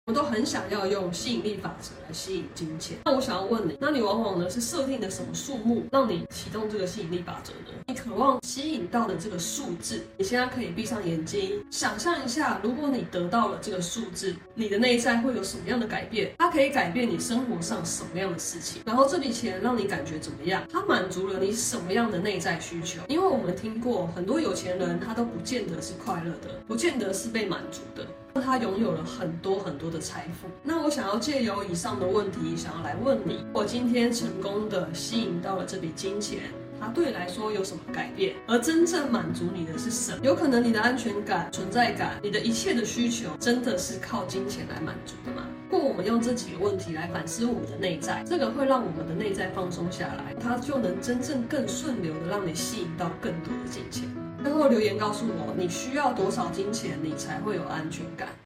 我们都很想要用吸引力法则来吸引金钱。那我想要问你，那你往往呢是设定的什么数目让你启动这个吸引力法则呢？你渴望吸引到的这个数字，你现在可以闭上眼睛，想象一下，如果你得到了这个数字，你的内在会有什么样的改变？它可以改变你生活上什么样的事情？然后这笔钱让你感觉怎么样？它满足了你什么样的内在需求？因为我们听过很多有钱人，他都不见得是快乐的，不见得是被满足的。他拥有了很多很多的财富。那我想要借由以上的问题，想要来问你：我今天成功的吸引到了这笔金钱，它对你来说有什么改变？而真正满足你的是什么？有可能你的安全感、存在感，你的一切的需求，真的是靠金钱来满足的吗？如果我们用这几个问题来反思我们的内在，这个会让我们的内在放松下来，它就能真正更顺流的让你吸引到更多的金钱。最后留言告诉我，你需要多少金钱，你才会有安全感？